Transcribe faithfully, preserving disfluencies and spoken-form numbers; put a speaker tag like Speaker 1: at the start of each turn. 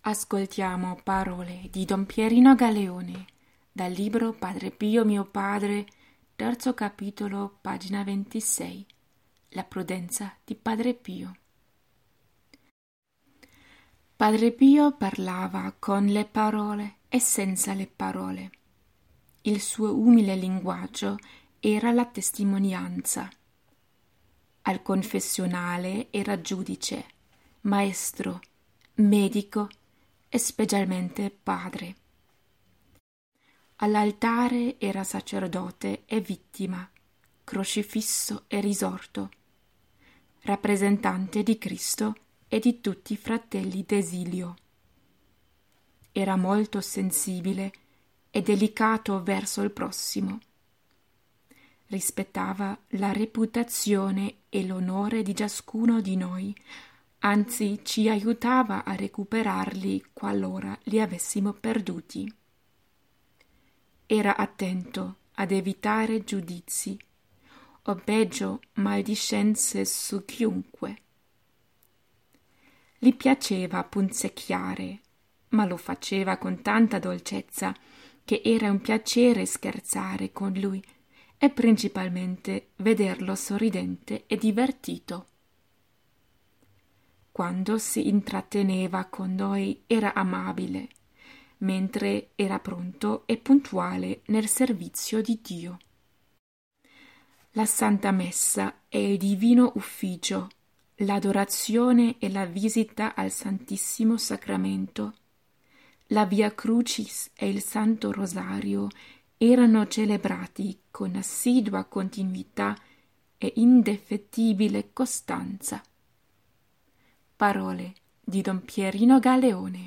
Speaker 1: Ascoltiamo parole di Don Pierino Galeone dal libro Padre Pio mio padre, terzo capitolo, pagina ventisei. La prudenza di Padre Pio. Padre Pio parlava con le parole e senza le parole. Il suo umile linguaggio era la testimonianza. Al confessionale era giudice, maestro, medico e specialmente padre. All'altare era sacerdote e vittima, crocifisso e risorto, rappresentante di Cristo e di tutti i fratelli d'esilio. Era molto sensibile e delicato verso il prossimo. Rispettava la reputazione e l'onore di ciascuno di noi, anzi ci aiutava a recuperarli qualora li avessimo perduti. Era attento ad evitare giudizi, o peggio maldicenze su chiunque. Gli piaceva punzecchiare, ma lo faceva con tanta dolcezza che era un piacere scherzare con lui e principalmente vederlo sorridente e divertito. Quando si intratteneva con noi era amabile, mentre era pronto e puntuale nel servizio di Dio. La Santa Messa e il Divino Ufficio, l'adorazione e la visita al Santissimo Sacramento, la Via Crucis e il Santo Rosario erano celebrati con assidua continuità e indefettibile costanza. Parole di Don Pierino Galeone.